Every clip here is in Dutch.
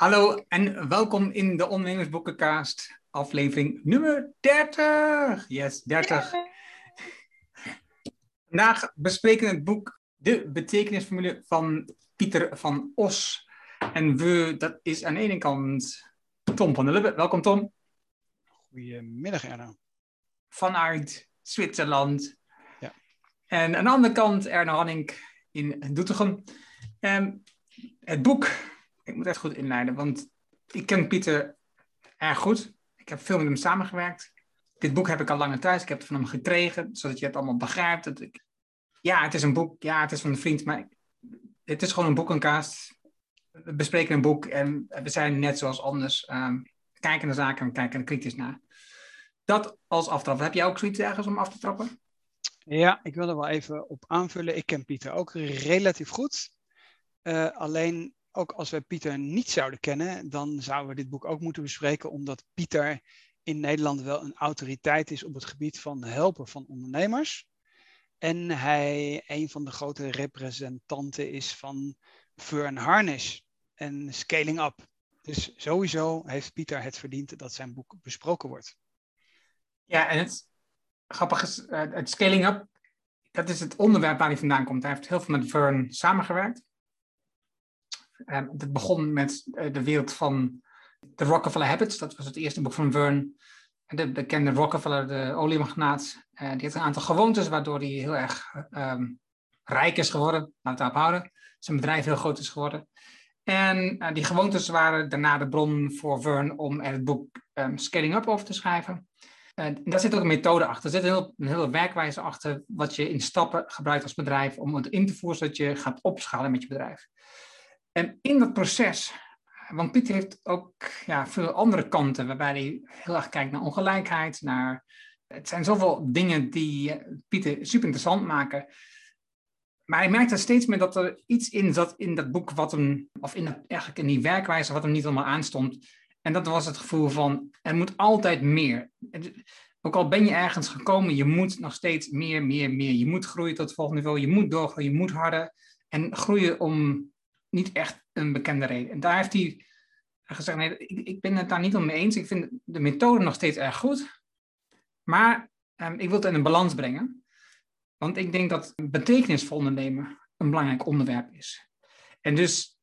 Hallo en welkom in de Ondernemersboekencast, aflevering nummer 30. Yes, 30. Yeah. Vandaag bespreken we het boek De Betekenisformule van Pieter van Os. En dat is aan de ene kant Tom van der Lubbe. Welkom Tom. Goedemiddag Erno. Vanuit Zwitserland. Ja. En aan de andere kant Erno Hanning in Doetinchem. Het boek, ik moet echt goed inleiden, want ik ken Pieter erg goed. Ik heb veel met hem samengewerkt. Dit boek heb ik al langer thuis. Ik heb het van hem gekregen, zodat je het allemaal begrijpt. Ja, het is een boek. Ja, het is van een vriend. Maar het is gewoon een boekencast. We bespreken een boek en we zijn net zoals anders. Kijken naar zaken en kijken er kritisch naar. Dat als aftrap. Heb jij ook zoiets ergens om af te trappen? Ja, ik wil er wel even op aanvullen. Ik ken Pieter ook relatief goed. Alleen ook als wij Pieter niet zouden kennen, dan zouden we dit boek ook moeten bespreken, omdat Pieter in Nederland wel een autoriteit is op het gebied van helpen van ondernemers. En hij een van de grote representanten is van Verne Harnish en Scaling Up. Dus sowieso heeft Pieter het verdiend dat zijn boek besproken wordt. Ja, en het grappige is, het scaling up, dat is het onderwerp waar hij vandaan komt. Hij heeft heel veel met Verne samengewerkt. Het begon met de wereld van de Rockefeller Habits. Dat was het eerste boek van Verne. De bekende Rockefeller, de oliemagnaat. Die heeft een aantal gewoontes waardoor hij heel erg rijk is geworden. Laten we het daarop houden. Zijn bedrijf heel groot is geworden. En die gewoontes waren daarna de bron voor Verne om er het boek Scaling Up over te schrijven. Daar zit ook een methode achter. Er zit een hele werkwijze achter wat je in stappen gebruikt als bedrijf om het in te voeren zodat je gaat opschalen met je bedrijf. En in dat proces, want Pieter heeft ook veel andere kanten waarbij hij heel erg kijkt naar ongelijkheid, het zijn zoveel dingen die Pieter super interessant maken. Maar hij merkte steeds meer dat er iets in zat in dat boek eigenlijk in die werkwijze wat hem niet allemaal aanstond. En dat was het gevoel van, er moet altijd meer. Ook al ben je ergens gekomen, je moet nog steeds meer. Je moet groeien tot het volgende niveau, je moet doorgroeien, je moet harder. En groeien om niet echt een bekende reden. En daar heeft hij gezegd, nee, ik ben het daar niet om mee eens. Ik vind de methode nog steeds erg goed. Maar ik wil het in een balans brengen. Want ik denk dat betekenisvol ondernemen een belangrijk onderwerp is. En dus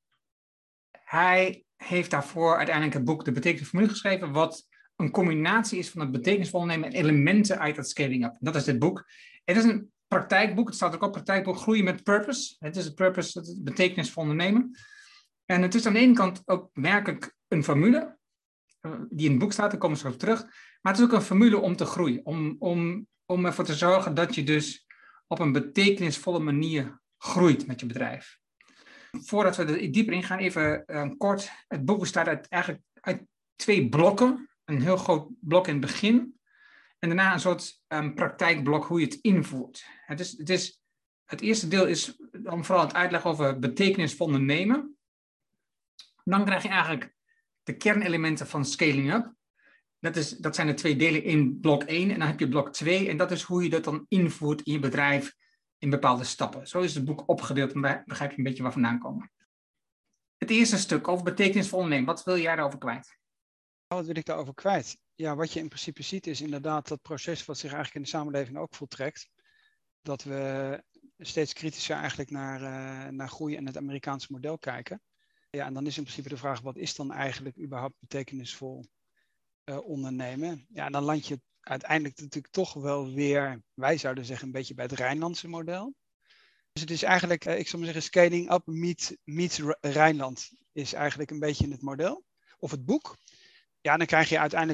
hij heeft daarvoor uiteindelijk het boek De Betekenisformule geschreven, wat een combinatie is van het betekenisvol ondernemen en elementen uit dat scaling up. Dat is dit boek. Het is een praktijkboek. Het staat ook op praktijkboek Groeien met Purpose. Het is het purpose, het betekenisvol ondernemen. En het is aan de ene kant ook werkelijk een formule die in het boek staat, daar komen we zo op terug. Maar het is ook een formule om te groeien. Om ervoor te zorgen dat je dus op een betekenisvolle manier groeit met je bedrijf. Voordat we er dieper in gaan, even kort. Het boek bestaat eigenlijk uit 2 blokken. Een heel groot blok in het begin. En daarna een soort praktijkblok hoe je het invoert. Het eerste deel is dan vooral het uitleggen over betekenisvol ondernemen. Dan krijg je eigenlijk de kernelementen van scaling up. Dat zijn de 2 delen in blok 1. En dan heb je blok 2. En dat is hoe je dat dan invoert in je bedrijf in bepaalde stappen. Zo is het boek opgedeeld. En dan begrijp je een beetje waar vandaan komen. Het eerste stuk over betekenisvol ondernemen. Wat wil jij daarover kwijt? Wat wil ik daarover kwijt? Ja, wat je in principe ziet is inderdaad dat proces wat zich eigenlijk in de samenleving ook voltrekt. Dat we steeds kritischer eigenlijk naar groei en het Amerikaanse model kijken. Ja, en dan is in principe de vraag, wat is dan eigenlijk überhaupt betekenisvol ondernemen? Ja, en dan land je uiteindelijk natuurlijk toch wel weer, wij zouden zeggen, een beetje bij het Rijnlandse model. Dus het is eigenlijk, ik zou maar zeggen, scaling up meets Rijnland is eigenlijk een beetje in het model. Of het boek. Ja, dan krijg je uiteindelijk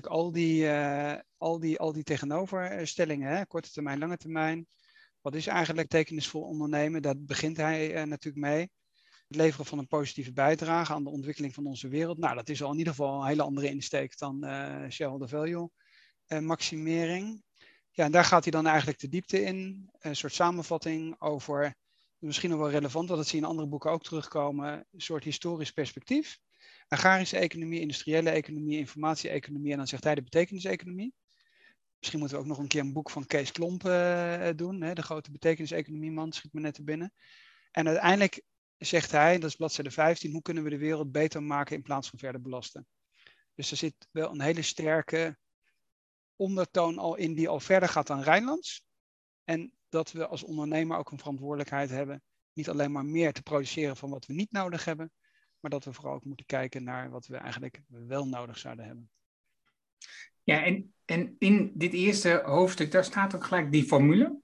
al die tegenoverstellingen. Hè? Korte termijn, lange termijn. Wat is eigenlijk betekenisvol ondernemen? Daar begint hij natuurlijk mee. Het leveren van een positieve bijdrage aan de ontwikkeling van onze wereld. Nou, dat is al in ieder geval een hele andere insteek dan shareholder value maximering. Ja, en daar gaat hij dan eigenlijk de diepte in. Een soort samenvatting over, misschien nog wel relevant, want dat zie je in andere boeken ook terugkomen, een soort historisch perspectief. Agrarische economie, industriële economie, informatie-economie en dan zegt hij de betekeniseconomie. Misschien moeten we ook nog een keer een boek van Kees Klomp doen, hè, de grote betekeniseconomieman, schiet me net te binnen. En uiteindelijk zegt hij, dat is bladzijde 15, hoe kunnen we de wereld beter maken in plaats van verder belasten. Dus er zit wel een hele sterke ondertoon al in die al verder gaat dan Rijnlands. En dat we als ondernemer ook een verantwoordelijkheid hebben, niet alleen maar meer te produceren van wat we niet nodig hebben, maar dat we vooral ook moeten kijken naar wat we eigenlijk wel nodig zouden hebben. Ja, en in dit eerste hoofdstuk, daar staat ook gelijk die formule.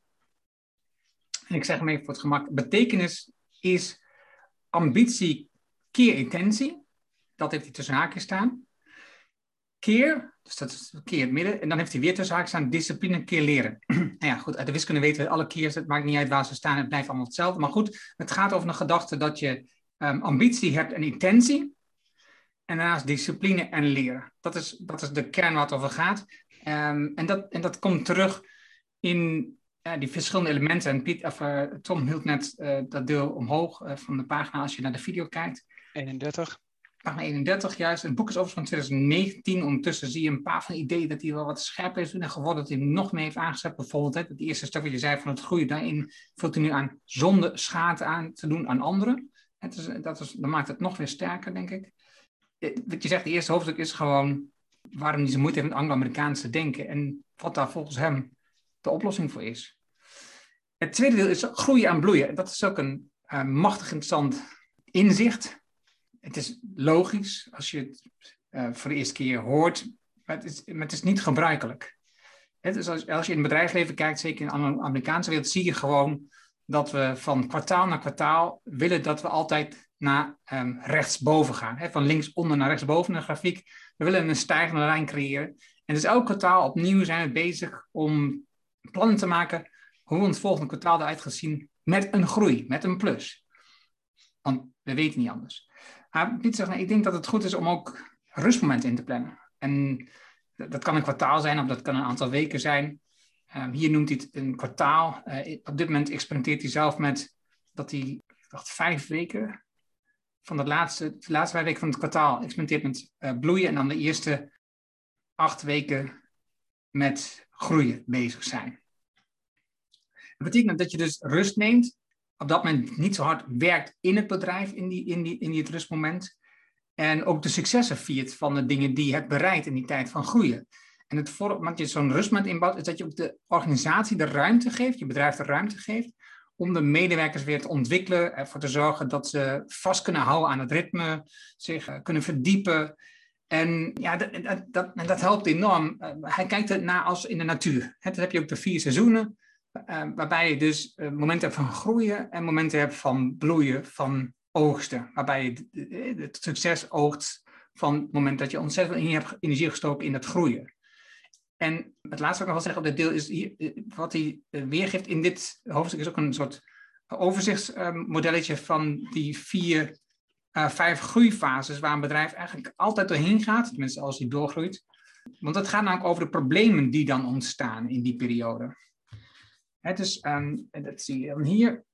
En ik zeg hem even voor het gemak. Betekenis is ambitie keer intentie. Dat heeft hij tussen haakjes staan. Keer, dus dat is keer in het midden. En dan heeft hij weer tussen haakjes staan discipline keer leren. Nou ja, goed, uit de wiskunde weten we alle keers, het maakt niet uit waar ze staan, het blijft allemaal hetzelfde. Maar goed, het gaat over een gedachte dat je ambitie hebt en intentie. En daarnaast discipline en leren. Dat is de kern waar het over gaat. En dat komt terug in die verschillende elementen. En Tom hield net dat deel omhoog van de pagina als je naar de video kijkt. 31. Pagina 31 juist. Het boek is overigens van 2019. Ondertussen zie je een paar van de ideeën dat hij wel wat scherper is en geworden. Dat hij hem nog meer heeft aangezet. Bijvoorbeeld het eerste stuk wat je zei van het groeien. Daarin vult hij nu aan zonder schade aan te doen aan anderen. Dat maakt het nog weer sterker, denk ik. Wat je zegt, het eerste hoofdstuk is gewoon waarom hij zo moeite heeft met Anglo-Amerikaanse denken en wat daar volgens hem de oplossing voor is. Het tweede deel is groeien en bloeien. Dat is ook een machtig interessant inzicht. Het is logisch als je het voor de eerste keer hoort, maar het is niet gebruikelijk. Dus als je in het bedrijfsleven kijkt, zeker in de Amerikaanse wereld, zie je gewoon dat we van kwartaal naar kwartaal willen dat we altijd naar rechtsboven gaan. Van linksonder naar rechtsboven in de grafiek. We willen een stijgende lijn creëren. En dus elk kwartaal opnieuw zijn we bezig om plannen te maken hoe ons volgende kwartaal eruit gaat zien met een groei, met een plus. Want we weten niet anders. Ik denk dat het goed is om ook rustmomenten in te plannen. En dat kan een kwartaal zijn of dat kan een aantal weken zijn. Hier noemt hij het een kwartaal. Op dit moment experimenteert hij zelf met dat hij, ik dacht 5 weken van de laatste 5 weken van het kwartaal experimenteert met bloeien en dan de eerste 8 weken met groeien bezig zijn. Dat betekent dat je dus rust neemt, op dat moment niet zo hard werkt in het bedrijf in het rustmoment en ook de successen viert van de dingen die je hebt bereikt in die tijd van groeien. En wat je zo'n rustmoment inbouwt, is dat je ook de organisatie de ruimte geeft, je bedrijf de ruimte geeft, om de medewerkers weer te ontwikkelen, ervoor te zorgen dat ze vast kunnen houden aan het ritme, zich kunnen verdiepen. En ja, dat helpt enorm. Hij kijkt er naar als in de natuur. Dan heb je ook de 4 seizoenen, waarbij je dus momenten hebt van groeien en momenten hebt van bloeien, van oogsten. Waarbij je het succes oogst van het moment dat je ontzettend energie gestoken in dat groeien. En het laatste wat ik nog wil zeggen op dit deel is, wat hij weergeeft in dit hoofdstuk is ook een soort overzichtsmodelletje van die 5 groeifases waar een bedrijf eigenlijk altijd doorheen gaat, tenminste als hij doorgroeit. Want het gaat namelijk over de problemen die dan ontstaan in die periode. Dus, dat zie je dan hier.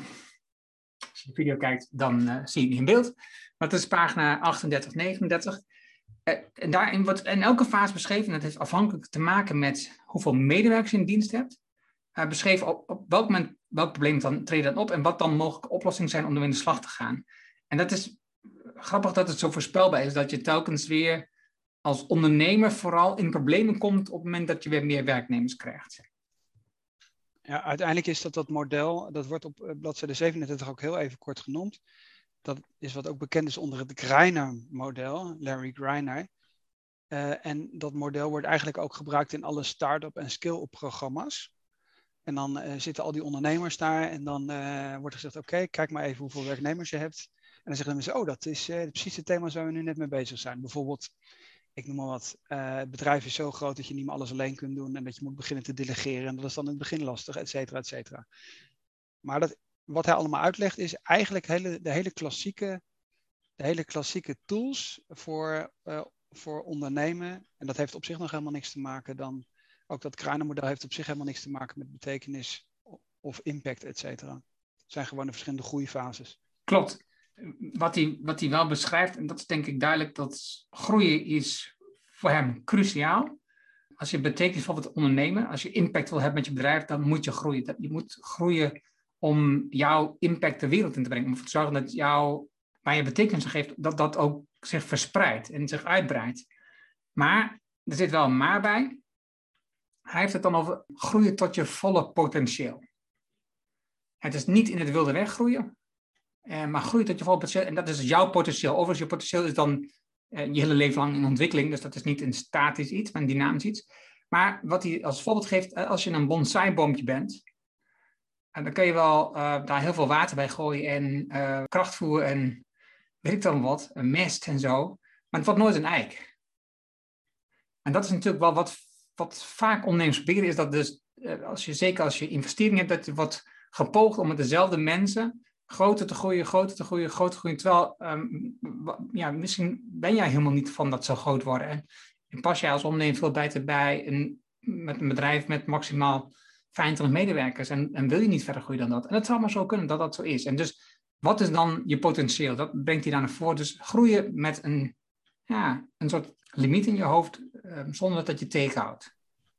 Als je de video kijkt, dan zie je het in beeld. Maar het is pagina 38, 39. En daarin wordt in elke fase beschreven, en dat heeft afhankelijk te maken met hoeveel medewerkers je in dienst hebt, beschreven op welk moment welk probleem dan treedt dan op en wat dan mogelijke oplossingen zijn om ermee in de slag te gaan. En dat is grappig dat het zo voorspelbaar is, dat je telkens weer als ondernemer vooral in problemen komt op het moment dat je weer meer werknemers krijgt. Ja, uiteindelijk is dat model, dat wordt op bladzijde 37 ook heel even kort genoemd. Dat is wat ook bekend is onder het Greiner-model, Larry Greiner. En dat model wordt eigenlijk ook gebruikt in alle start-up en skill-up programma's. En dan zitten al die ondernemers daar en dan wordt er gezegd, oké, kijk maar even hoeveel werknemers je hebt. En dan zeggen de mensen, dat is precies het thema waar we nu net mee bezig zijn. Bijvoorbeeld, ik noem maar wat, het bedrijf is zo groot dat je niet meer alles alleen kunt doen en dat je moet beginnen te delegeren. En dat is dan in het begin lastig, et cetera, et cetera. Maar wat hij allemaal uitlegt is eigenlijk de hele klassieke tools voor ondernemen. En dat heeft op zich nog helemaal niks te maken dan, ook dat Greiner-model heeft op zich helemaal niks te maken met betekenis of impact, et cetera. Het zijn gewoon de verschillende groeifases. Klopt. Wat hij wel beschrijft, en dat is denk ik duidelijk, dat groeien is voor hem cruciaal. Als je betekenisvol wilt ondernemen, als je impact wil hebben met je bedrijf, dan moet je groeien. Je moet groeien om jouw impact de wereld in te brengen. Om ervoor te zorgen dat waar je betekenis aan geeft, dat dat ook zich verspreidt en zich uitbreidt. Maar er zit wel een maar bij. Hij heeft het dan over groeien tot je volle potentieel. Het is niet in het wilde weg groeien, maar groeien tot je volle potentieel. En dat is jouw potentieel. Overigens, je potentieel is dan je hele leven lang in ontwikkeling. Dus dat is niet een statisch iets, maar een dynamisch iets. Maar wat hij als voorbeeld geeft, als je een bonsaiboompje bent, dan kun je wel daar heel veel water bij gooien en krachtvoer en weet ik dan wat, een mest en zo. Maar het wordt nooit een eik. En dat is natuurlijk wel wat vaak ondernemers proberen, is dat dus, zeker als je investering hebt, dat je wordt gepoogd om met dezelfde mensen groter te groeien. Terwijl, misschien ben jij helemaal niet van dat zo groot worden. En pas jij als ondernemer veel beter bij met een bedrijf met maximaal 25 medewerkers en wil je niet verder groeien dan dat. En het zou maar zo kunnen dat dat zo is. En dus, wat is dan je potentieel? Dat brengt hij daar naar voren. Dus groeien met een soort limiet in je hoofd, zonder dat je tegenhoudt.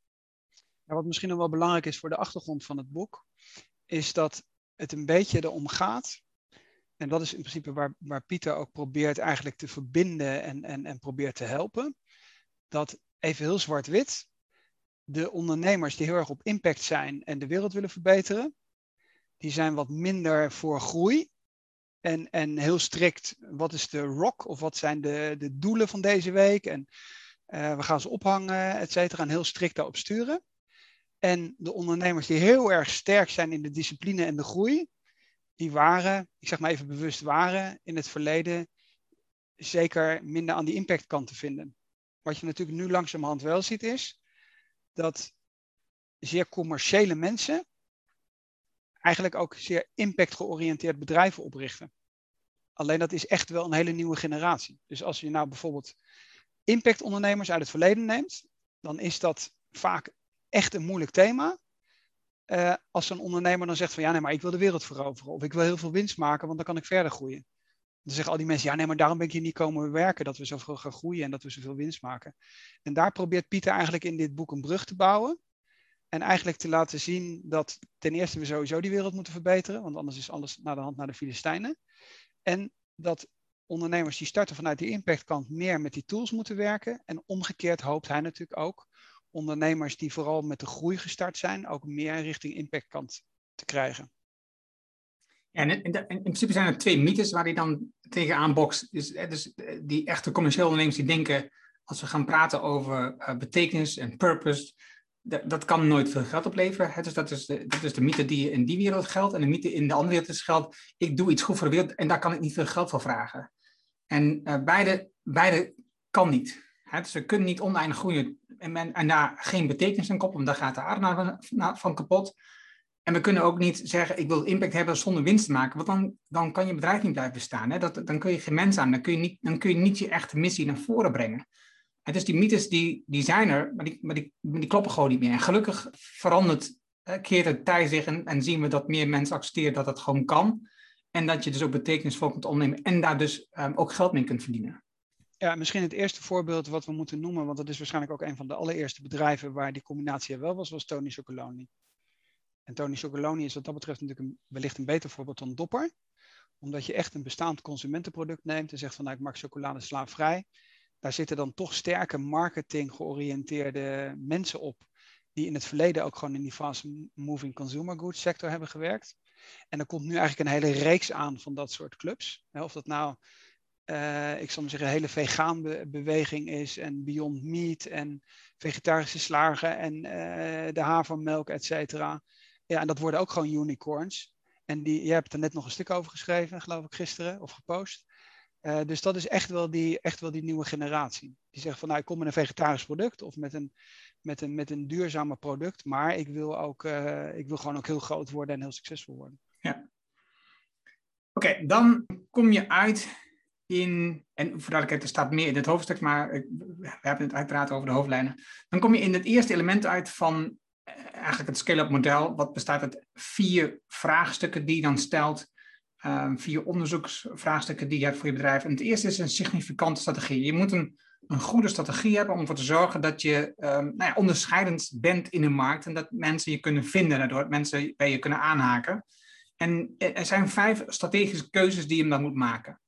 Ja, wat misschien nog wel belangrijk is voor de achtergrond van het boek, is dat het een beetje erom gaat. En dat is in principe waar Pieter ook probeert eigenlijk te verbinden en probeert te helpen. Dat even heel zwart-wit, de ondernemers die heel erg op impact zijn en de wereld willen verbeteren, die zijn wat minder voor groei. En heel strikt, wat is de rock of wat zijn de doelen van deze week? En we gaan ze ophangen, et cetera. En heel strikt daarop sturen. En de ondernemers die heel erg sterk zijn in de discipline en de groei, die waren, ik zeg maar even bewust waren, in het verleden zeker minder aan die impactkant te vinden. Wat je natuurlijk nu langzamerhand wel ziet is, dat zeer commerciële mensen eigenlijk ook zeer impact-georiënteerd bedrijven oprichten. Alleen dat is echt wel een hele nieuwe generatie. Dus als je nou bijvoorbeeld impactondernemers uit het verleden neemt, dan is dat vaak echt een moeilijk thema. Als een ondernemer dan zegt van ja, nee, maar ik wil de wereld veroveren. Of ik wil heel veel winst maken, want dan kan ik verder groeien. Dan zeggen al die mensen, ja, nee, maar daarom ben ik hier niet komen werken, dat we zoveel gaan groeien en dat we zoveel winst maken. En daar probeert Pieter eigenlijk in dit boek een brug te bouwen. En eigenlijk te laten zien dat ten eerste we sowieso die wereld moeten verbeteren, want anders is alles naar de hand naar de Filistijnen. En dat ondernemers die starten vanuit die impactkant meer met die tools moeten werken. En omgekeerd hoopt hij natuurlijk ook ondernemers die vooral met de groei gestart zijn, ook meer richting impactkant te krijgen. Ja, en in principe zijn er 2 mythes waar hij dan tegenaan bokst. Dus die echte commerciële ondernemers die denken, als we gaan praten over betekenis en purpose, dat kan nooit veel geld opleveren. Dus dat is de mythe die in die wereld geldt. En de mythe in de andere wereld is geldt, ik doe iets goed voor de wereld en daar kan ik niet veel geld voor vragen. En beide kan niet. Dus we kunnen niet oneindig groeien en daar geen betekenis aan koppelen, want daar gaat de aarde van kapot. En we kunnen ook niet zeggen, ik wil impact hebben zonder winst te maken, want dan kan je bedrijf niet blijven bestaan. Dan kun je geen mens aan, dan kun je niet je echte missie naar voren brengen. En dus die mythes die zijn er, maar die kloppen gewoon niet meer. En gelukkig keert het tij zich en zien we dat meer mensen accepteren dat het gewoon kan. En dat je dus ook betekenisvol kunt ondernemen en daar dus ook geld mee kunt verdienen. Ja, misschien het eerste voorbeeld wat we moeten noemen, want dat is waarschijnlijk ook een van de allereerste bedrijven waar die combinatie er wel was Tony Chocolonely. En Tony Chocolonely is wat dat betreft natuurlijk wellicht een beter voorbeeld dan Dopper. Omdat je echt een bestaand consumentenproduct neemt en zegt van nou, ik maak chocolade slaafvrij. Daar zitten dan toch sterke marketing georiënteerde mensen op. Die in het verleden ook gewoon in die fast moving consumer goods sector hebben gewerkt. En er komt nu eigenlijk een hele reeks aan van dat soort clubs. Of dat nou, ik zal maar zeggen, een hele vegan beweging is. En Beyond Meat en vegetarische slagen en de havermelk, et cetera. Ja, en dat worden ook gewoon unicorns. En je hebt er net nog een stuk over geschreven, geloof ik, gisteren of gepost. Dus dat is echt wel die nieuwe generatie. Die zegt van nou, ik kom met een vegetarisch product of met een duurzamer product. Maar ik wil gewoon ook heel groot worden en heel succesvol worden. Ja. Oké, dan kom je uit in, en voor duidelijkheid, er staat meer in het hoofdstuk, maar we hebben het uiteraard over de hoofdlijnen. Dan kom je in het eerste element uit van eigenlijk het scale-up model. Wat bestaat uit 4 vraagstukken die je dan stelt. 4 onderzoeksvraagstukken die je hebt voor je bedrijf. En het eerste is een significante strategie. Je moet een goede strategie hebben om ervoor te zorgen dat je onderscheidend bent in de markt en dat mensen je kunnen vinden, daardoor mensen bij je kunnen aanhaken. En er zijn 5 strategische keuzes die je dan moet maken.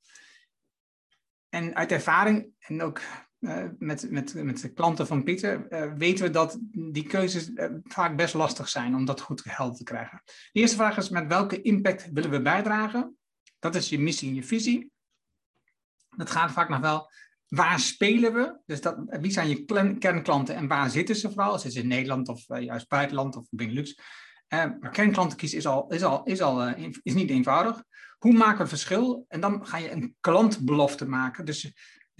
En uit ervaring, en ook met de klanten van Pieter, weten we dat die keuzes vaak best lastig zijn om dat goed helder te krijgen. De eerste vraag is, met welke impact willen we bijdragen? Dat is je missie en je visie. Dat gaat vaak nog wel, waar spelen we? Dus wie zijn je kernklanten en waar zitten ze vooral? Zitten ze in Nederland of juist buitenland of Benelux? Maar kernklanten kiezen is niet eenvoudig. Hoe maken we het verschil? En dan ga je een klantbelofte maken. Dus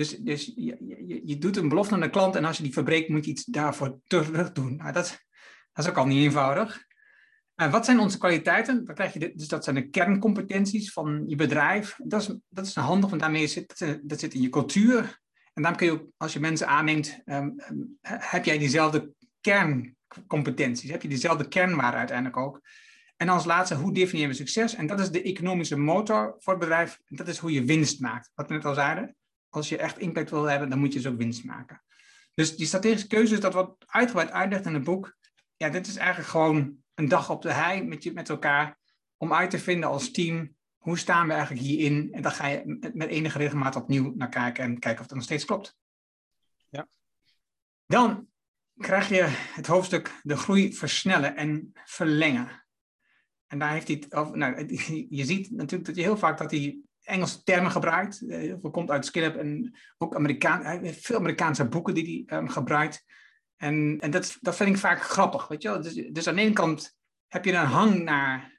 je doet een belofte aan de klant en als je die verbreekt, moet je iets daarvoor terug doen. Nou, dat is ook al niet eenvoudig. Wat zijn onze kwaliteiten? Dan krijg je dus dat zijn de kerncompetenties van je bedrijf. Dat is handig, want daarmee dat zit in je cultuur. En dan kun je ook, als je mensen aanneemt, heb jij diezelfde kerncompetenties? Heb je diezelfde kernwaarden uiteindelijk ook? En als laatste, hoe definiëren we succes? En dat is de economische motor voor het bedrijf. En dat is hoe je winst maakt. Wat we net al zeiden, als je echt impact wil hebben, dan moet je dus ook winst maken. Dus die strategische keuzes, dat wordt uitgebreid uitgelegd in het boek. Ja, dit is eigenlijk gewoon een dag op de hei met elkaar, om uit te vinden als team, hoe staan we eigenlijk hierin? En dan ga je met enige regelmaat opnieuw naar kijken en kijken of het nog steeds klopt. Ja. Dan krijg je het hoofdstuk de groei versnellen en verlengen. En daar heeft hij je ziet natuurlijk dat je heel vaak dat hij Engelse termen gebruikt. Heel veel komt uit Skillup en ook hij heeft veel Amerikaanse boeken die hij gebruikt. En dat vind ik vaak grappig, weet je wel. Dus aan de ene kant heb je een hang naar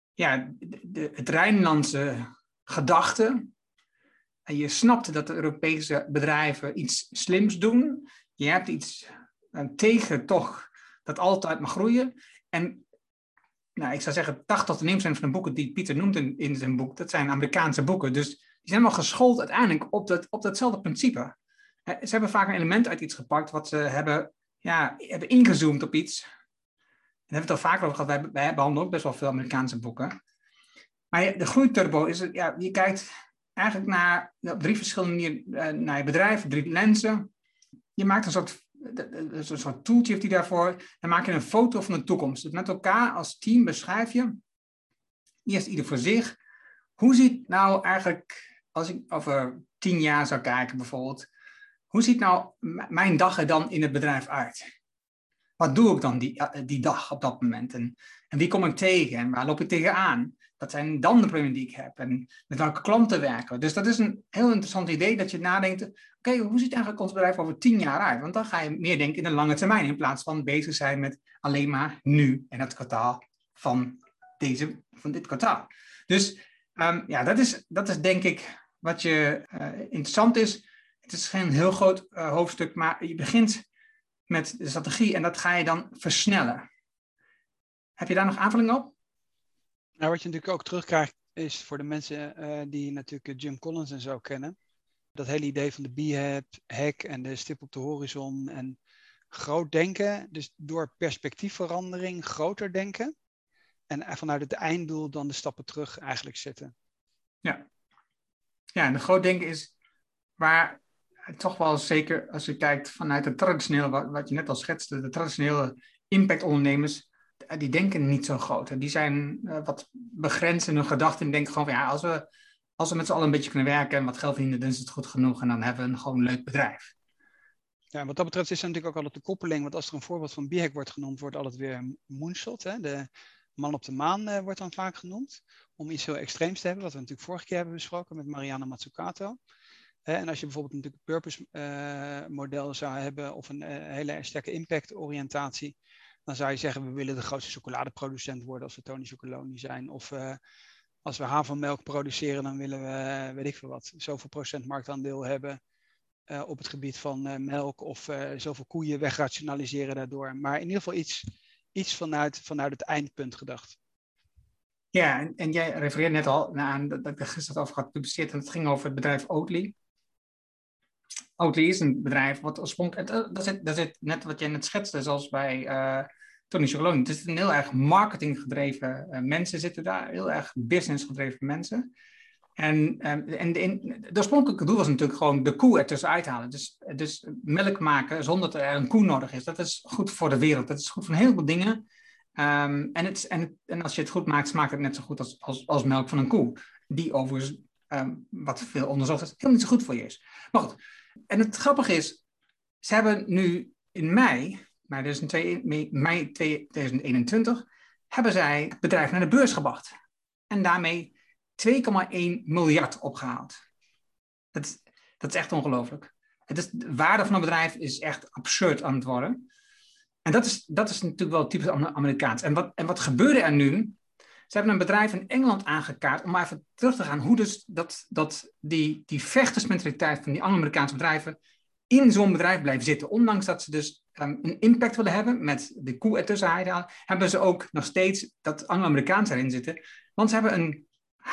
het Rijnlandse gedachte. En je snapt dat de Europese bedrijven iets slims doen. Je hebt iets tegen toch dat altijd mag groeien. En ik zou zeggen, 80% van de boeken die Pieter noemt in zijn boek, dat zijn Amerikaanse boeken. Dus die zijn wel geschoold uiteindelijk op datzelfde principe. Ze hebben vaak een element uit iets gepakt wat ze hebben ingezoomd op iets. Daar hebben we het al vaker over gehad. Wij behandelen ook best wel veel Amerikaanse boeken. Maar de groeiturbo is, je kijkt eigenlijk naar 3 verschillende manieren naar je bedrijf, 3 lenzen. Je maakt een soort tooltje heeft hij daarvoor. Dan maak je een foto van de toekomst. Dus met elkaar als team beschrijf je, eerst ieder voor zich, hoe ziet nou eigenlijk, als ik over 10 jaar zou kijken bijvoorbeeld, hoe ziet nou mijn dag er dan in het bedrijf uit? Wat doe ik dan die dag op dat moment? En wie kom ik tegen? En waar loop ik tegenaan? Dat zijn dan de problemen die ik heb. En met welke klanten werken we? Dus dat is een heel interessant idee dat je nadenkt, oké, hoe ziet eigenlijk ons bedrijf over 10 jaar uit? Want dan ga je meer denken in de lange termijn, in plaats van bezig zijn met alleen maar nu en het kwartaal van dit kwartaal. Dus dat is denk ik wat je interessant is. Het is geen heel groot hoofdstuk, maar je begint met de strategie en dat ga je dan versnellen. Heb je daar nog aanvulling op? Nou, wat je natuurlijk ook terugkrijgt is voor de mensen die natuurlijk Jim Collins en zo kennen. Dat hele idee van de B-hack en de stip op de horizon en groot denken. Dus door perspectiefverandering groter denken. En vanuit het einddoel dan de stappen terug eigenlijk zetten. Ja, en de groot denken is waar toch wel zeker als je kijkt vanuit het traditionele, wat je net al schetste, de traditionele impactondernemers, die denken niet zo groot. En die zijn wat begrensd in hun gedachten en denken gewoon van als we met z'n allen een beetje kunnen werken en wat geld verdienen, dan is het goed genoeg en dan hebben we gewoon een leuk bedrijf. Ja, wat dat betreft is er natuurlijk ook altijd de koppeling, want als er een voorbeeld van B-hack wordt genoemd, wordt altijd weer moonshot. Hè? De man op de maan wordt dan vaak genoemd, om iets heel extreems te hebben, wat we natuurlijk vorige keer hebben besproken met Mariana Mazzucato. En als je bijvoorbeeld natuurlijk een purpose model zou hebben of een hele sterke impact oriëntatie, dan zou je zeggen, we willen de grootste chocoladeproducent worden als we Tony Chocoloni zijn. Of als we havermelk produceren, dan willen we, weet ik veel wat, zoveel procent marktaandeel hebben op het gebied van melk. Of zoveel koeien wegrationaliseren daardoor. Maar in ieder geval iets vanuit het eindpunt gedacht. Ja, en jij refereerde net al aan dat ik er gisteren over had gepubliceerd. En het ging over het bedrijf Oatly. Oatly is een bedrijf wat oorspronkelijk, dat zit net wat jij net schetste, zoals bij Tony Chocoloni. Het is een heel erg marketinggedreven mensen zitten daar, heel erg businessgedreven mensen. En het oorspronkelijke doel was natuurlijk gewoon de koe ertussen uithalen. Dus melk maken zonder dat er een koe nodig is. Dat is goed voor de wereld. Dat is goed voor een heleboel dingen. En als je het goed maakt, smaakt het net zo goed als melk van een koe. Die overigens, wat veel onderzocht is, helemaal niet zo goed voor je is. Maar goed, en het grappige is, ze hebben nu in mei 2021, hebben zij het bedrijf naar de beurs gebracht. En daarmee 2,1 miljard opgehaald. Dat is echt ongelooflijk. De waarde van een bedrijf is echt absurd aan het worden. En dat is natuurlijk wel typisch Amerikaans. En wat gebeurde er nu? Ze hebben een bedrijf in Engeland aangekaart, om maar even terug te gaan, hoe dus die vechtersmentaliteit van die Anglo-Amerikaanse bedrijven in zo'n bedrijf blijven zitten. Ondanks dat ze dus een impact willen hebben met de koe ertussen halen, hebben ze ook nog steeds dat Anglo-Amerikaans erin zitten. Want ze hebben een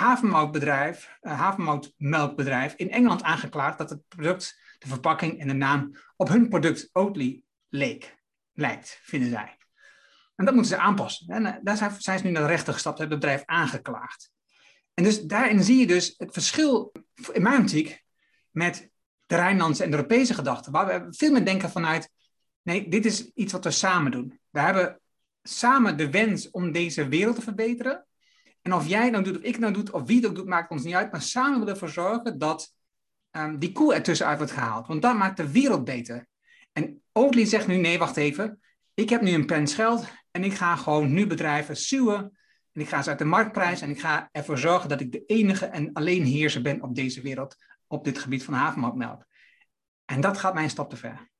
havermoutmelkbedrijf in Engeland aangeklaagd dat het product, de verpakking en de naam op hun product Oatly lijkt, vinden zij. En dat moeten ze aanpassen. En daar zijn ze nu naar de rechter gestapt, hebben het bedrijf aangeklaagd. En dus daarin zie je dus het verschil, in mijn optiek, met de Rijnlandse en de Europese gedachten. Waar we veel meer denken vanuit, nee, dit is iets wat we samen doen. We hebben samen de wens om deze wereld te verbeteren. En of jij het nou doet, of ik het nou doe, of wie het ook doet, maakt ons niet uit. Maar samen willen we ervoor zorgen dat die koe ertussenuit wordt gehaald. Want dat maakt de wereld beter. En Oatly zegt nu, nee, wacht even. Ik heb nu een pen geld en ik ga gewoon nu bedrijven suwen. En ik ga ze uit de markt prijzen en ik ga ervoor zorgen dat ik de enige en alleen heerser ben op deze wereld, op dit gebied van havermoutmelk. En dat gaat mij een stap te ver.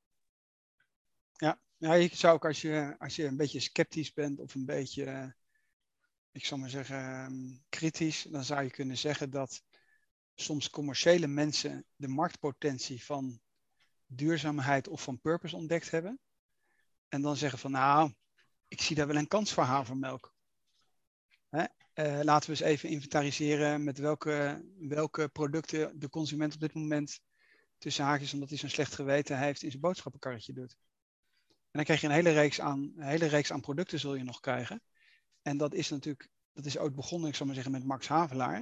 Ja, je zou ook als je een beetje sceptisch bent of een beetje, ik zal maar zeggen, kritisch, dan zou je kunnen zeggen dat soms commerciële mensen de marktpotentie van duurzaamheid of van purpose ontdekt hebben. En dan zeggen van, nou, ik zie daar wel een kans voor havermelk. Laten we eens even inventariseren met welke producten de consument op dit moment tussen haakjes, omdat hij zo'n slecht geweten heeft, in zijn boodschappenkarretje doet. En dan krijg je een hele reeks aan producten zul je nog krijgen. En dat is ook begonnen, ik zal maar zeggen, met Max Havelaar.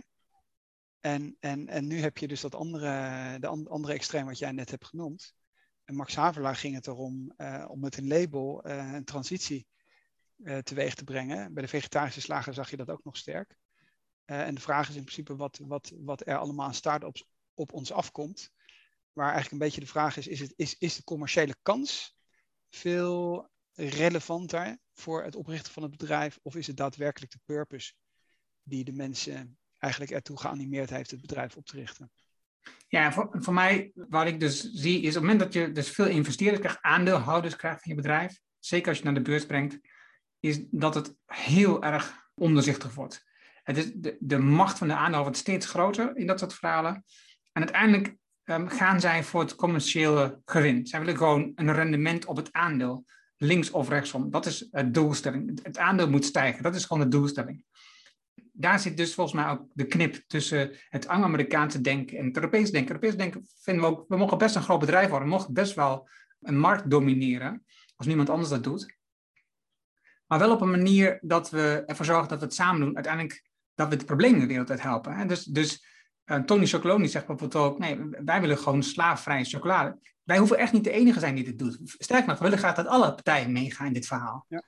En nu heb je dus de andere extreem wat jij net hebt genoemd. En Max Havelaar ging het erom om met een label een transitie teweeg te brengen. Bij de vegetarische slager zag je dat ook nog sterk. En de vraag is in principe wat er allemaal aan start-ups op ons afkomt. Waar eigenlijk een beetje de vraag is de commerciële kans veel relevanter voor het oprichten van het bedrijf? Of is het daadwerkelijk de purpose die de mensen eigenlijk ertoe geanimeerd heeft het bedrijf op te richten? Ja, voor mij, wat ik dus zie, is op het moment dat je dus veel investeerders krijgt, aandeelhouders krijgt van je bedrijf, zeker als je naar de beurs brengt, is dat het heel erg onderzichtig wordt. Het is de macht van de aandeelhouder wordt steeds groter in dat soort verhalen. En uiteindelijk gaan zij voor het commerciële gewin. Zij willen gewoon een rendement op het aandeel, links of rechtsom. Dat is de doelstelling. Het aandeel moet stijgen, dat is gewoon de doelstelling. Daar zit dus volgens mij ook de knip tussen het Anglo-Amerikaanse denken en het Europese denken. Het Europese denken vinden we ook, we mogen best een groot bedrijf worden. We mogen best wel een markt domineren, als niemand anders dat doet. Maar wel op een manier dat we ervoor zorgen dat we het samen doen. Uiteindelijk dat we het probleem in de wereld uit helpen. Hè? Dus Tony Chocolonely zegt bijvoorbeeld ook, nee, wij willen gewoon slaafvrije chocolade. Wij hoeven echt niet de enige zijn die dit doet. Sterker nog, we willen graag dat alle partijen meegaan in dit verhaal. Ja.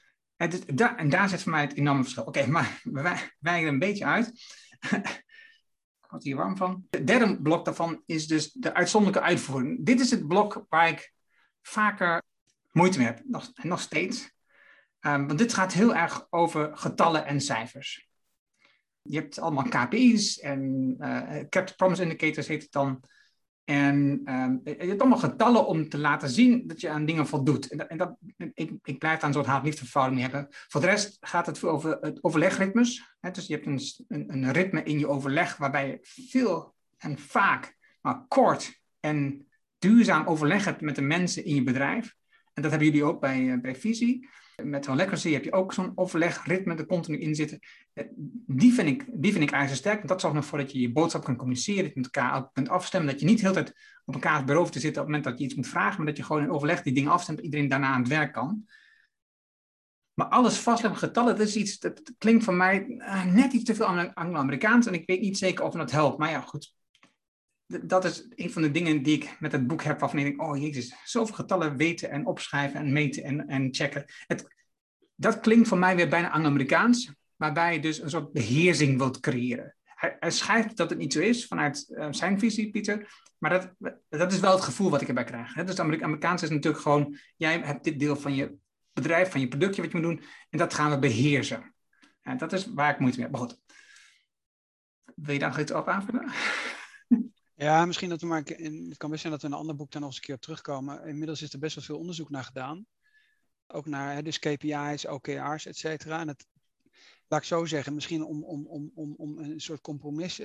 En daar zit voor mij het enorme verschil. Oké, maar wij wijken er een beetje uit. Ik word hier warm van. Het derde blok daarvan is dus de uitzonderlijke uitvoering. Dit is het blok waar ik vaker moeite mee heb. Nog steeds. Want dit gaat heel erg over getallen en cijfers. Je hebt allemaal KPI's en Capture Promise Indicators heet het dan. En je hebt allemaal getallen om te laten zien dat je aan dingen voldoet. Ik blijf daar een soort haat-liefdeverhouding mee hebben. Voor de rest gaat het over het overlegritmes. Dus je hebt een ritme in je overleg waarbij je veel en vaak, maar kort en duurzaam overleg hebt met de mensen in je bedrijf. En dat hebben jullie ook bij Visie. Met Holacracy heb je ook zo'n overlegritme er continu in zitten. Die vind ik eigenlijk sterk. Want dat zorgt ervoor dat je je boodschap kan communiceren. Dat je met elkaar ook kunt afstemmen. Dat je niet de hele tijd op elkaars bureau hoeft te zitten op het moment dat je iets moet vragen. Maar dat je gewoon in overleg die dingen afstemt. Dat iedereen daarna aan het werk kan. Maar alles vastleggen getallen, dat is iets, dat klinkt voor mij net iets te veel Anglo-Amerikaans. En ik weet niet zeker of dat helpt. Maar ja, goed. Dat is een van de dingen die ik met het boek heb, waarvan ik denk, oh jezus, zoveel getallen weten en opschrijven en meten en checken. Dat klinkt voor mij weer bijna Anglo-Amerikaans, waarbij je dus een soort beheersing wilt creëren. Hij schrijft dat het niet zo is vanuit zijn visie, Pieter, maar dat is wel het gevoel wat ik erbij krijg. Hè? Dus Amerikaans is natuurlijk gewoon, jij hebt dit deel van je bedrijf, van je productje wat je moet doen, en dat gaan we beheersen. Ja, dat is waar ik moeite mee heb. Maar goed, wil je daar nog iets op aanvullen? Ja, misschien dat we maar, het kan best zijn dat we in een ander boek daar nog eens een keer op terugkomen. Inmiddels is er best wel veel onderzoek naar gedaan. Ook naar dus KPI's, OKR's, et cetera. En laat ik zo zeggen, misschien om een soort compromis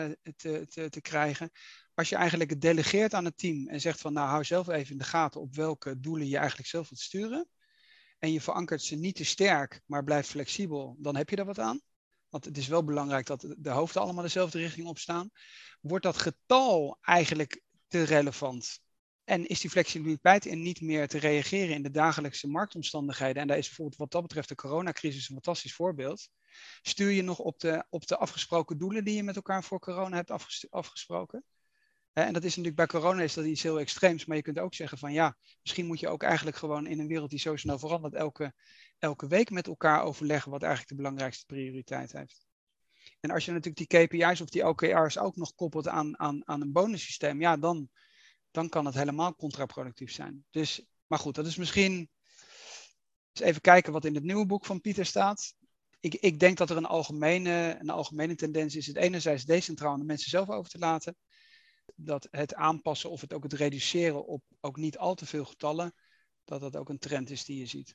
te krijgen. Als je eigenlijk het delegeert aan het team en zegt van, nou hou zelf even in de gaten op welke doelen je eigenlijk zelf wilt sturen. En je verankert ze niet te sterk, maar blijft flexibel, dan heb je er wat aan. Want het is wel belangrijk dat de hoofden allemaal dezelfde richting opstaan. Wordt dat getal eigenlijk te relevant? En is die flexibiliteit en niet meer te reageren in de dagelijkse marktomstandigheden? En daar is bijvoorbeeld wat dat betreft de coronacrisis een fantastisch voorbeeld. Stuur je nog op de afgesproken doelen die je met elkaar voor corona hebt afgesproken? En dat is natuurlijk bij corona is dat iets heel extreems. Maar je kunt ook zeggen van ja, misschien moet je ook eigenlijk gewoon in een wereld die zo snel verandert elke week met elkaar overleggen wat eigenlijk de belangrijkste prioriteit heeft. En als je natuurlijk die KPI's of die OKR's ook nog koppelt aan een bonussysteem, ja, dan kan het helemaal contraproductief zijn. Dus, maar goed, dat is misschien eens even kijken wat in het nieuwe boek van Pieter staat. Ik denk dat er een algemene tendens is het enerzijds decentraal aan de mensen zelf over te laten. Dat het aanpassen of het reduceren op ook niet al te veel getallen, dat ook een trend is die je ziet.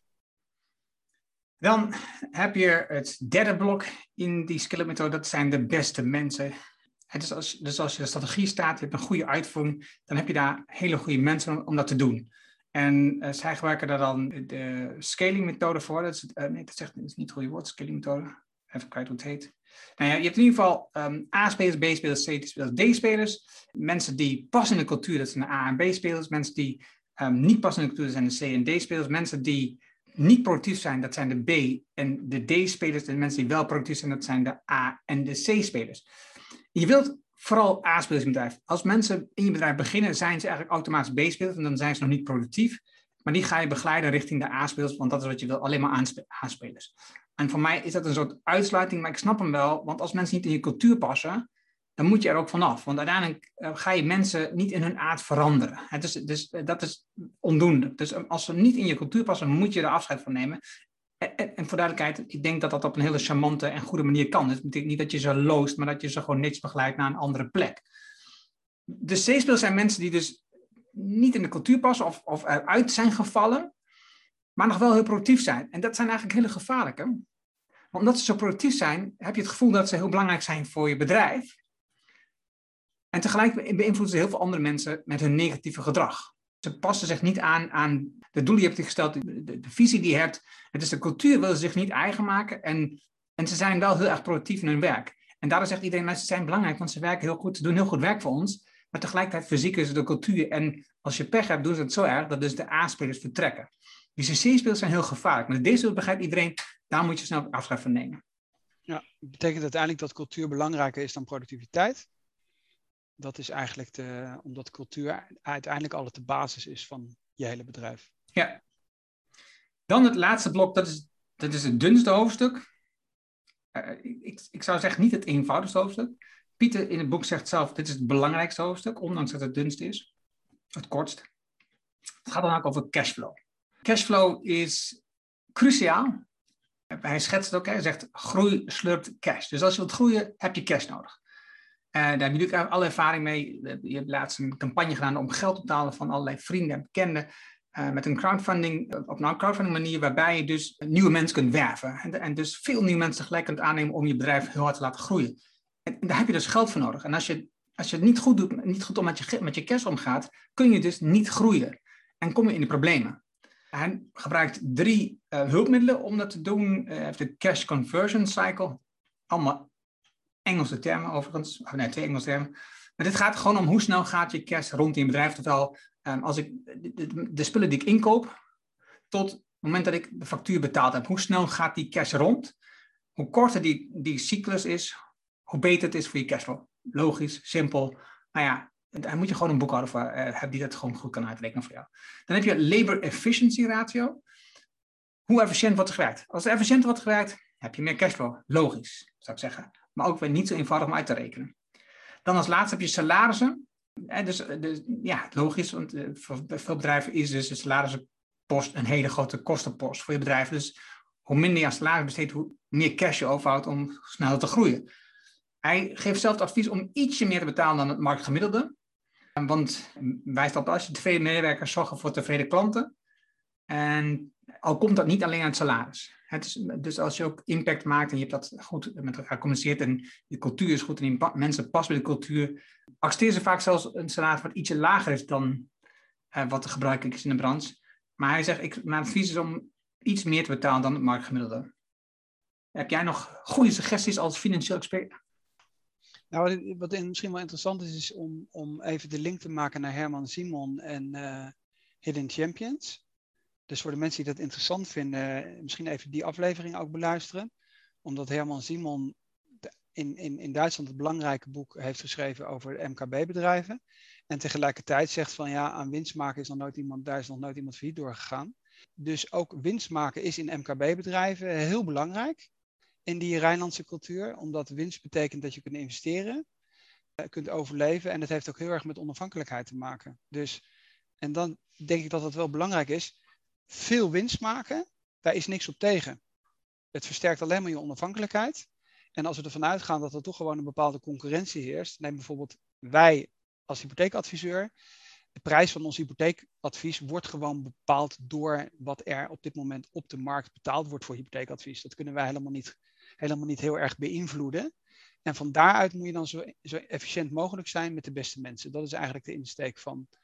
Dan heb je het derde blok in die Skillet-methode, dat zijn de beste mensen. Dus als je de strategie staat, je hebt een goede uitvoering, dan heb je daar hele goede mensen om dat te doen. En zij gebruiken daar dan de scaling-methode voor. Dat is niet het goede woord, scaling-methode. Even kwijt hoe het heet. Nou ja, je hebt in ieder geval A-spelers, B-spelers, C-spelers, D-spelers. Mensen die passen in de cultuur, dat zijn de A- en B-spelers. Mensen die niet passen in de cultuur, dat zijn de C- en D-spelers. Mensen die niet productief zijn, dat zijn de B- en de D-spelers. En mensen die wel productief zijn, dat zijn de A- en de C-spelers. Je wilt vooral A-spelers in je bedrijf. Als mensen in je bedrijf beginnen, zijn ze eigenlijk automatisch B-spelers. En dan zijn ze nog niet productief. Maar die ga je begeleiden richting de A-spelers, want dat is wat je wil, alleen maar A-spelers. En voor mij is dat een soort uitsluiting, maar ik snap hem wel. Want als mensen niet in je cultuur passen, dan moet je er ook vanaf. Want uiteindelijk ga je mensen niet in hun aard veranderen. Dus dat is ondoende. Dus als ze niet in je cultuur passen, moet je er afscheid van nemen. En voor duidelijkheid, ik denk dat dat op een hele charmante en goede manier kan. Dus het betekent niet dat je ze loost, maar dat je ze gewoon netjes begeleidt naar een andere plek. De C-spelers zijn mensen die dus niet in de cultuur passen of eruit zijn gevallen, maar nog wel heel productief zijn. En dat zijn eigenlijk hele gevaarlijke. Maar omdat ze zo productief zijn, heb je het gevoel dat ze heel belangrijk zijn voor je bedrijf. En tegelijk beïnvloeden ze heel veel andere mensen met hun negatieve gedrag. Ze passen zich niet aan de doelen die je hebt gesteld, de visie die je hebt. Het is de cultuur, willen ze zich niet eigen maken. En ze zijn wel heel erg productief in hun werk. En daardoor zegt iedereen, maar ze zijn belangrijk, want ze werken heel goed, ze doen heel goed werk voor ons. Maar tegelijkertijd verzieken ze de cultuur. En als je pech hebt, doen ze het zo erg dat dus de A-spelers vertrekken. Dus de C-spelers zijn heel gevaarlijk. Maar deze begrijpt iedereen, daar moet je snel afscheid van nemen. Ja, dat betekent uiteindelijk dat cultuur belangrijker is dan productiviteit. Dat is eigenlijk omdat cultuur uiteindelijk altijd de basis is van je hele bedrijf. Ja. Dan het laatste blok, dat is het dunste hoofdstuk. Ik zou zeggen niet het eenvoudigste hoofdstuk. Pieter in het boek zegt zelf, dit is het belangrijkste hoofdstuk, ondanks dat het dunst is. Het kortst. Het gaat dan ook over cashflow. Cashflow is cruciaal. Hij schetst het ook, hij zegt groei slurpt cash. Dus als je wilt groeien, heb je cash nodig. Daar heb je natuurlijk alle ervaring mee. Je hebt laatst een campagne gedaan om geld op te halen van allerlei vrienden en bekenden. Met een crowdfunding manier waarbij je dus nieuwe mensen kunt werven. En dus veel nieuwe mensen tegelijk kunt aannemen om je bedrijf heel hard te laten groeien. En daar heb je dus geld voor nodig. En als je het niet goed doet, niet goed met je cash omgaat, kun je dus niet groeien. En kom je in de problemen. Hij gebruikt 3 hulpmiddelen om dat te doen. Hij heeft de cash conversion cycle. Allemaal Engelse termen overigens. Nee, 2 Engelse termen. Maar dit gaat gewoon om hoe snel gaat je cash rond in je bedrijf. Terwijl als ik de spullen die ik inkoop, tot het moment dat ik de factuur betaald heb, hoe snel gaat die cash rond? Hoe korter die cyclus is, hoe beter het is voor je cashflow. Logisch, simpel. Nou ja, daar moet je gewoon een boekhouder voor hebben die dat gewoon goed kan uitrekenen voor jou. Dan heb je labor efficiency ratio. hoe efficiënt wordt er gewerkt? Als er efficiënter wordt gewerkt, heb je meer cashflow. Logisch, zou ik zeggen. Maar ook weer niet zo eenvoudig om uit te rekenen. Dan als laatste heb je salarissen. Dus ja, logisch, want voor veel bedrijven is dus de salarispost een hele grote kostenpost voor je bedrijf. Dus hoe minder je aan salaris besteedt, hoe meer cash je overhoudt om sneller te groeien. Hij geeft zelf het advies om ietsje meer te betalen dan het marktgemiddelde. Want wij stappen als je tevreden medewerkers zorgen voor tevreden klanten. En al komt dat niet alleen uit het salaris. Dus als je ook impact maakt en je hebt dat goed met elkaar gecommuniceerd en de cultuur is goed en die mensen passen bij de cultuur, accepteren ze vaak zelfs een salaris wat ietsje lager is dan wat er gebruikelijk is in de branche. Maar hij zegt, mijn advies is om iets meer te betalen dan het marktgemiddelde. Heb jij nog goede suggesties als financieel expert? Nou, wat misschien wel interessant is om even de link te maken naar Herman Simon en Hidden Champions. Dus voor de mensen die dat interessant vinden, misschien even die aflevering ook beluisteren. Omdat Herman Simon in Duitsland het belangrijke boek heeft geschreven over MKB-bedrijven. En tegelijkertijd zegt van ja, aan winst maken daar is nog nooit iemand failliet doorgegaan. Dus ook winst maken is in MKB-bedrijven heel belangrijk in die Rijnlandse cultuur. Omdat winst betekent dat je kunt investeren, kunt overleven. En het heeft ook heel erg met onafhankelijkheid te maken. Dus, en dan denk ik dat het wel belangrijk is. Veel winst maken, daar is niks op tegen. Het versterkt alleen maar je onafhankelijkheid. En als we ervan uitgaan dat er toch gewoon een bepaalde concurrentie heerst. Neem bijvoorbeeld wij als hypotheekadviseur. De prijs van ons hypotheekadvies wordt gewoon bepaald door wat er op dit moment op de markt betaald wordt voor hypotheekadvies. Dat kunnen wij helemaal niet heel erg beïnvloeden. En van daaruit moet je dan zo efficiënt mogelijk zijn met de beste mensen. Dat is eigenlijk de insteek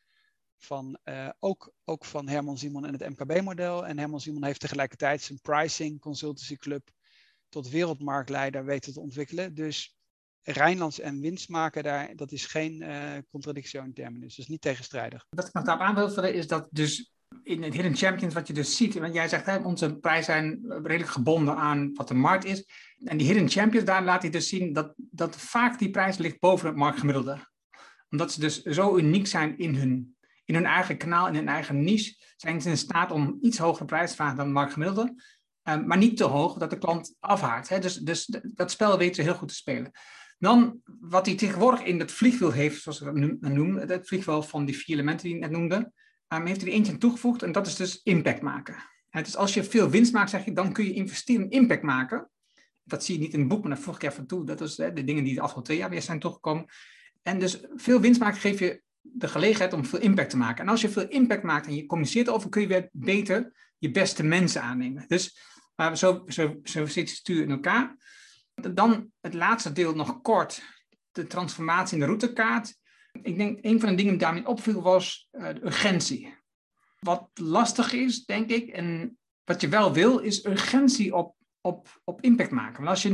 ook van Herman Simon en het MKB-model. En Herman Simon heeft tegelijkertijd zijn pricing consultancy club tot wereldmarktleider weten te ontwikkelen. Dus Rijnlands en winst maken, dat is geen contradictio in terminus. Dus niet tegenstrijdig. Wat ik nog daarop aan wil vullen is dat dus in het Hidden Champions wat je dus ziet, want jij zegt onze prijzen zijn redelijk gebonden aan wat de markt is. En die Hidden Champions, daar laat hij dus zien dat vaak die prijs ligt boven het marktgemiddelde. Omdat ze dus zo uniek zijn in hun eigen kanaal, in hun eigen niche, zijn ze in staat om iets hogere prijs te vragen dan het marktgemiddelde. Maar niet te hoog dat de klant afhaakt. Dus dat spel weten ze heel goed te spelen. Dan, wat hij tegenwoordig in het vliegwiel heeft, zoals we dat noemen, het vliegwiel van die 4 elementen die ik net noemde, heeft hij er eentje aan toegevoegd en dat is dus impact maken. Dus als je veel winst maakt, zeg je, dan kun je investeren in impact maken. Dat zie je niet in het boek, maar daar voeg ik even toe. Dat is de dingen die de afgelopen 2 jaar weer zijn toegekomen. En dus veel winst maken geeft je de gelegenheid om veel impact te maken. En als je veel impact maakt en je communiceert over, kun je weer beter je beste mensen aannemen. Dus zo zit het stuur in elkaar. Dan het laatste deel nog kort, de transformatie in de routekaart. Ik denk, een van de dingen die daarmee opviel was de urgentie. Wat lastig is, denk ik, en wat je wel wil, is urgentie op impact maken. Want als je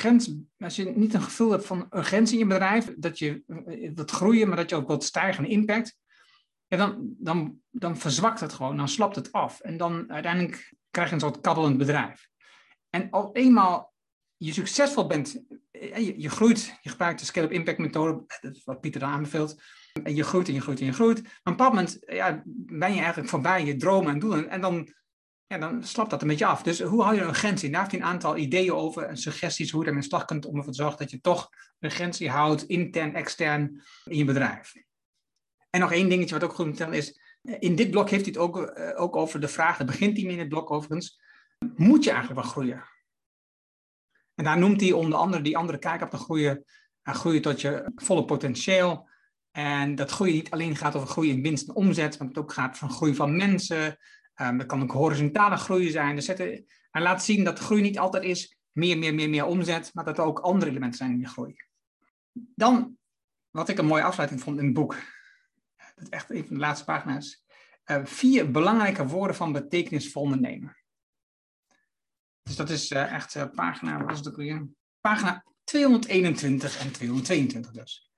niet een gevoel hebt van urgentie in je bedrijf, dat je wilt groeien, maar dat je ook wilt stijgen in impact, ja, dan verzwakt het gewoon, dan slapt het af. En dan uiteindelijk krijg je een soort kabbelend bedrijf. En al eenmaal je succesvol bent, je groeit, je gebruikt de scale-up impact methode, dat is wat Pieter dan aanbeveelt, en je groeit en je groeit en je groeit. Maar op een bepaald moment ben je eigenlijk voorbij je dromen en doelen en dan slapt dat een beetje af. Dus hoe hou je een urgentie? Daar heeft hij een aantal ideeën over en suggesties hoe je ermee slag kunt om ervoor te zorgen dat je toch urgentie houdt, intern, extern, in je bedrijf. En nog één dingetje wat ook goed moet vertellen is, in dit blok heeft hij het ook over de vraag, daar begint hij mee in het blok overigens, moet je eigenlijk wel groeien? En daar noemt hij onder andere die andere kijk op de groeien tot je volle potentieel. En dat groeien niet alleen gaat over groei in winst en omzet, maar het ook gaat van groei van mensen. Dat kan ook horizontale groei zijn. Dus hij laat zien dat groei niet altijd is meer omzet, maar dat er ook andere elementen zijn in die groei. Dan, wat ik een mooie afsluiting vond in het boek, dat is echt een van de laatste pagina's, 4 belangrijke woorden van betekenisvol ondernemen. Dus dat is echt pagina, wat was het ook weer? Pagina 221 en 222 dus.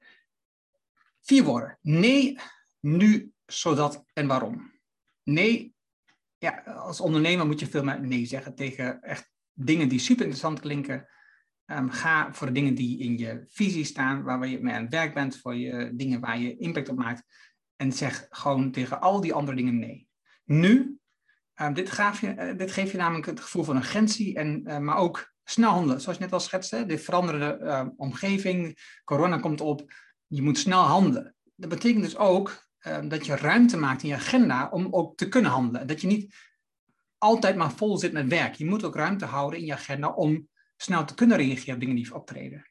4 woorden. Nee, nu, zodat en waarom. Nee, ja, als ondernemer moet je veel meer nee zeggen tegen echt dingen die super interessant klinken. Ga voor de dingen die in je visie staan, waar je mee aan het werk bent, voor je dingen waar je impact op maakt. En zeg gewoon tegen al die andere dingen nee. Nu, Dit geeft je namelijk het gevoel van urgentie, maar ook snel handelen. Zoals je net al schetste, de veranderende omgeving, corona komt op, je moet snel handelen. Dat betekent dus ook dat je ruimte maakt in je agenda om ook te kunnen handelen. Dat je niet altijd maar vol zit met werk. Je moet ook ruimte houden in je agenda om snel te kunnen reageren op dingen die optreden.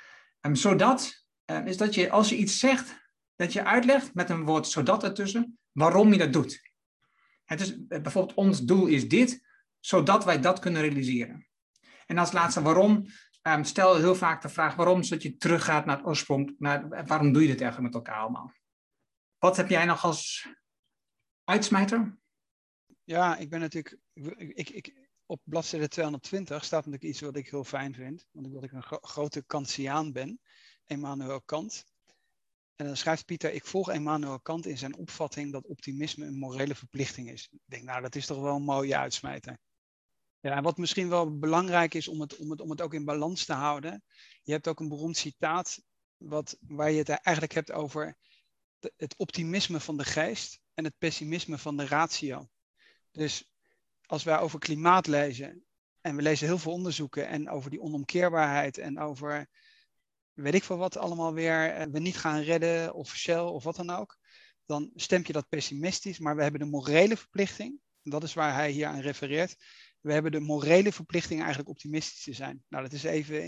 Zodat is dat je, als je iets zegt, dat je uitlegt met een woord zodat ertussen, waarom je dat doet. Het is bijvoorbeeld, ons doel is dit, zodat wij dat kunnen realiseren. En als laatste, waarom? Stel heel vaak de vraag waarom, zodat je teruggaat naar het oorsprong. Waarom doe je dit eigenlijk met elkaar allemaal? Wat heb jij nog als uitsmijter? Ja, ik ben natuurlijk... op bladzijde 220 staat natuurlijk iets wat ik heel fijn vind. Want ik een grote Kantiaan ben. Immanuel Kant. En dan schrijft Pieter, ik volg Immanuel Kant in zijn opvatting dat optimisme een morele verplichting is. Ik denk, nou, dat is toch wel een mooie uitsmijter. Ja, en wat misschien wel belangrijk is om het ook in balans te houden. Je hebt ook een beroemd citaat waar je het eigenlijk hebt over het optimisme van de geest en het pessimisme van de ratio. Dus als wij over klimaat lezen en we lezen heel veel onderzoeken en over die onomkeerbaarheid en over weet ik veel wat allemaal weer, we niet gaan redden of Shell of wat dan ook, dan stemt je dat pessimistisch, maar we hebben de morele verplichting, en dat is waar hij hier aan refereert, we hebben de morele verplichting eigenlijk optimistisch te zijn. Nou, dat is even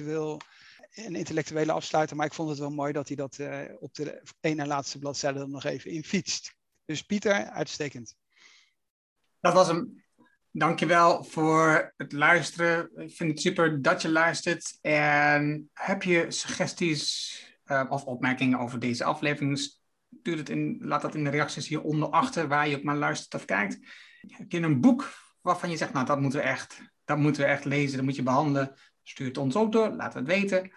een intellectuele afsluiter, maar ik vond het wel mooi dat hij dat op de ene laatste bladzijde er nog even in fietst. Dus Pieter, uitstekend. Dat was hem. Dankjewel voor het luisteren. Ik vind het super dat je luistert. En heb je suggesties of opmerkingen over deze aflevering? Laat dat in de reacties hieronder achter, waar je ook maar luistert of kijkt. Heb je een boek waarvan je zegt, nou, dat moeten we echt lezen, dat moet je behandelen? Stuur het ons ook door, laat het weten.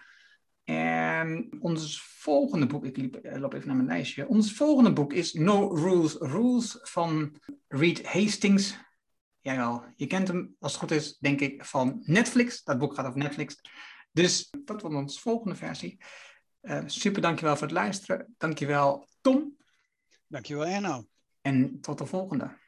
En ons volgende boek, ik loop even naar mijn lijstje. Ons volgende boek is No Rules Rules van Reed Hastings. Jawel, je kent hem als het goed is, denk ik, van Netflix. Dat boek gaat over Netflix. Dus dat wordt onze volgende versie. Super, dankjewel voor het luisteren. Dankjewel, Tom. Dankjewel, Erno. En tot de volgende.